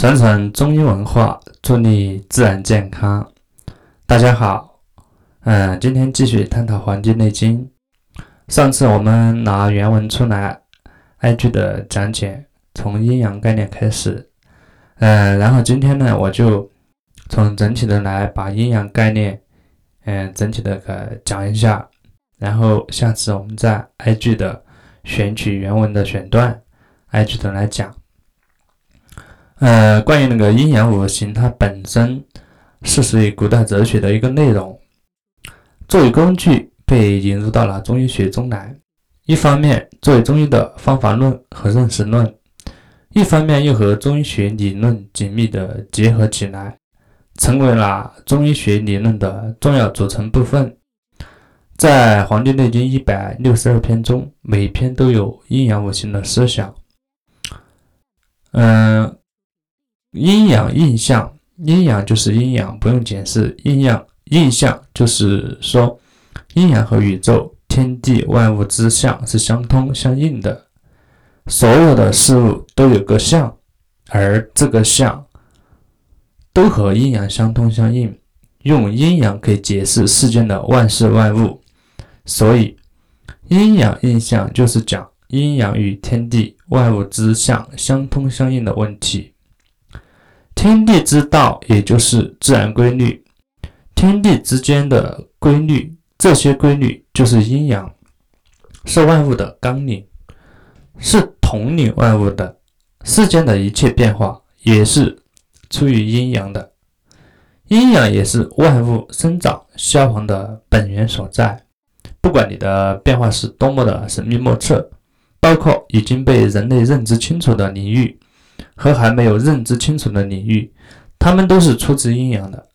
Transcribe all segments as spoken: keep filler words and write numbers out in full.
传承中医文化，助力自然健康。大家好，嗯，今天继续探讨《黄帝内经》。上次我们拿原文出来，挨句的讲解，从阴阳概念开始。嗯，然后今天呢，我就从整体的来把阴阳概念，嗯，整体的个讲一下。然后下次我们再挨句的选取原文的选段，挨句的来讲。呃，关于那个阴阳五行，它本身是属于古代哲学的一个内容，作为工具被引入到了中医学中来。一方面作为中医的方法论和认识论，一方面又和中医学理论紧密的结合起来，成为了中医学理论的重要组成部分。在《黄帝内经》一百六十二篇中，每篇都有阴阳五行的思想。嗯。阴阳印象，阴阳就是阴阳，不用解释。阴阳印象就是说，阴阳和宇宙、天地万物之象是相通相应的，所有的事物都有个象，而这个象都和阴阳相通相应，用阴阳可以解释世间的万事万物。所以阴阳印象就是讲阴阳与天地万物之象相通相应的问题。天地之道也就是自然规律，天地之间的规律，这些规律就是阴阳，是万物的纲领，是统领万物的。世间的一切变化也是出于阴阳的，阴阳也是万物生长消亡的本源所在。不管你的变化是多么的神秘莫测，包括已经被人类认知清楚的领域和还没有认知清楚的领域，它们都是出自阴阳的。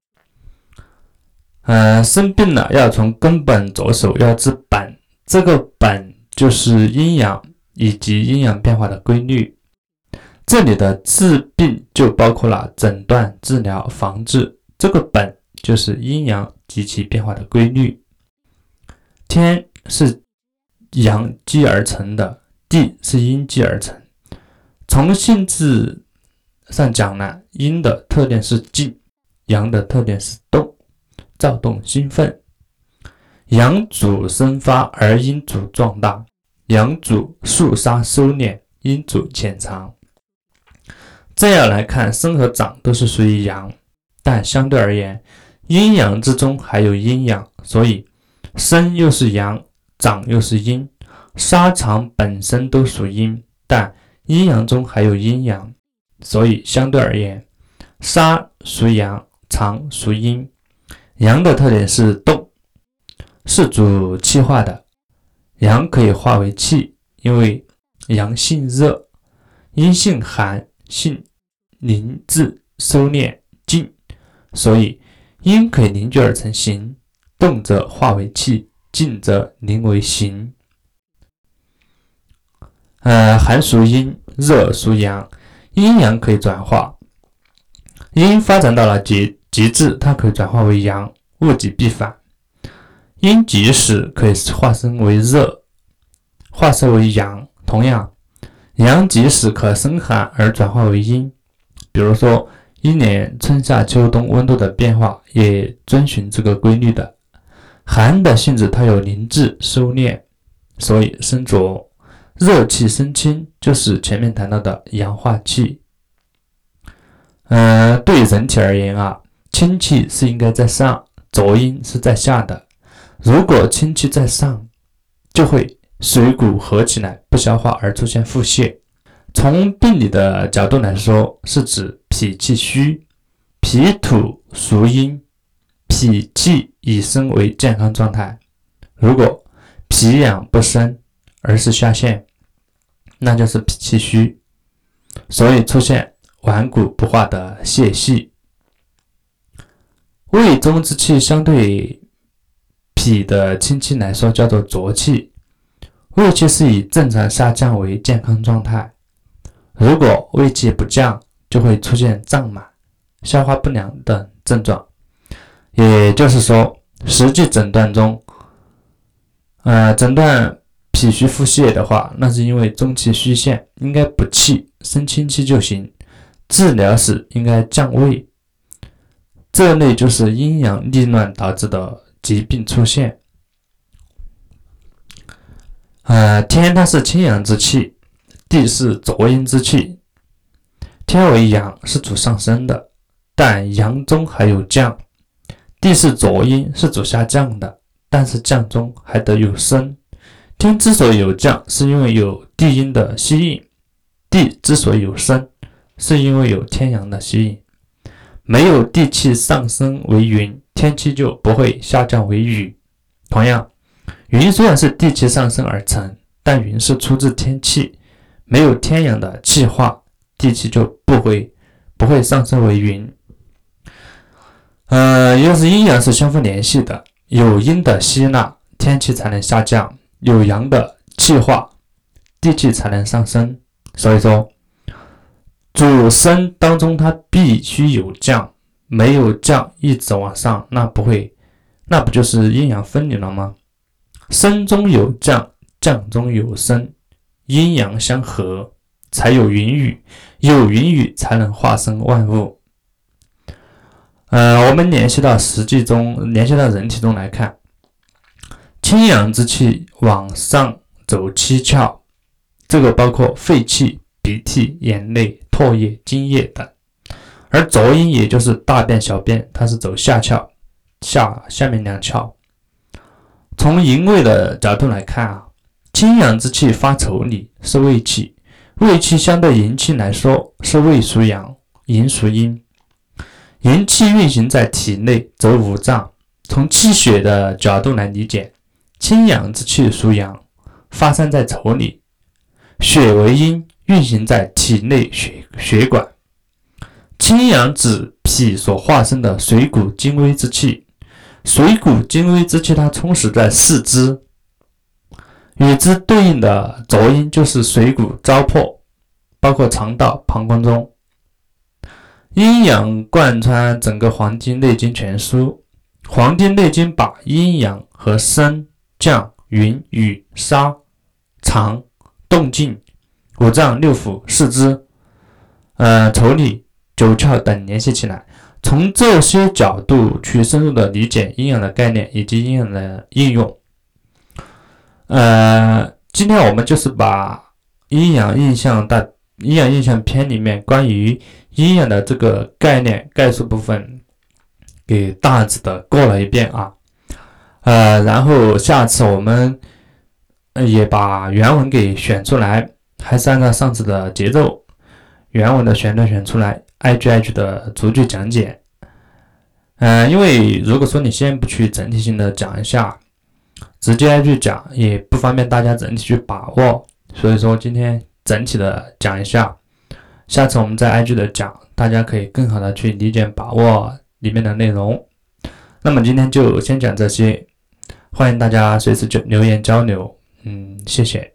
呃，生病了要从根本着手，要治本，这个本就是阴阳以及阴阳变化的规律。这里的治病就包括了诊断、治疗、防治，这个本就是阴阳及其变化的规律。天是阳积而成的，地是阴积而成。从性质上讲呢，阴的特点是静，阳的特点是动，躁动兴奋。阳主生发，而阴主壮大；阳主肃杀收敛，阴主潜藏。这样来看，生和长都是属于阳，但相对而言，阴阳之中还有阴阳，所以生又是阳，长又是阴。杀藏本身都属阴，但阴阳中还有阴阳，所以相对而言，杀属阳，藏属阴。阳的特点是动，是主气化的，阳可以化为气，因为阳性热，阴性寒，性凝滞收敛静，所以阴可以凝聚而成形，动则化为气，静则凝为形。呃，寒属阴，热属阳，阴阳可以转化。阴发展到了极极致，它可以转化为阳，物极必反。阴极时可以化身为热，化身为阳。同样，阳极时可生寒而转化为阴。比如说，一年春夏秋冬温度的变化也遵循这个规律的。寒的性质它有凝滞收敛，所以生浊。热气生清，就是前面谈到的阳化气。呃，对人体而言啊，清气是应该在上，浊阴是在下的。如果清气在上，就会水谷合起来，不消化而出现腹泻。从病理的角度来说，是指脾气虚，脾土属阴，脾气以生为健康状态。如果脾阳不生，而是下陷，那就是脾气虚，所以出现顽固不化的泄气。胃中之气相对脾的清气来说叫做浊气，胃气是以正常下降为健康状态。如果胃气不降，就会出现胀满、消化不良等症状。也就是说，实际诊断中，呃，诊断脾虚腹泻的话，那是因为中气虚陷，应该补气，生清气就行。 治疗时应该降胃。这类就是阴阳逆乱导致的疾病出现。呃，天它是清阳之气，地是浊阴之气。天为阳，是主上升的，但阳中还有降；地是浊阴，是主下降的，但是降中还得有升。天之所以有降，是因为有地阴的吸引；地之所以有升，是因为有天阳的吸引。没有地气上升为云，天气就不会下降为雨。同样，云虽然是地气上升而成，但云是出自天气，没有天阳的气化，地气就不会不会上升为云。呃，也就是阴阳是相互联系的，有阴的吸纳，天气才能下降；有阳的气化，地气才能上升。所以说，主升当中它必须有降，没有降一直往上，那不会，那不就是阴阳分离了吗？升中有降，降中有升，阴阳相合，才有云雨，有云雨才能化生万物。呃，我们联系到实际中，联系到人体中来看，清阳之气往上走七窍，这个包括肺气、鼻涕、眼泪、唾液、津液等。而浊阴也就是大便、小便，它是走下窍，下下面两窍。从营卫的角度来看啊，清阳之气发腠理，是胃气，胃气相对营气来说是胃属阳，营属阴。营气运行在体内则五脏，从气血的角度来理解，清阳之气属阳，发散在腠理，血为阴，运行在体内 血, 血管。清阳指脾所化生的水谷精微之气，水谷精微之气它充实在四肢，与之对应的浊阴就是水谷糟粕，包括肠道、膀胱中。阴阳贯穿整个黄帝内经全书，黄帝内经把阴阳和升、降、云、雨、杀、藏、动静、五脏六腑、四肢、呃腠理、九窍等联系起来，从这些角度去深入的理解阴阳的概念以及阴阳的应用。呃，今天我们就是把阴阳印象的阴阳印象篇里面关于阴阳的这个概念概述部分给大致的过了一遍啊，呃，然后下次我们也把原文给选出来，还是按照上次的节奏，原文的选段选出来，挨句挨句的逐句讲解。呃，因为如果说你先不去整体性的讲一下，直接挨句讲也不方便大家整体去把握，所以说今天整体的讲一下，下次我们再挨句的讲，大家可以更好的去理解把握里面的内容。那么今天就先讲这些，欢迎大家随时就留言交流，嗯，谢谢。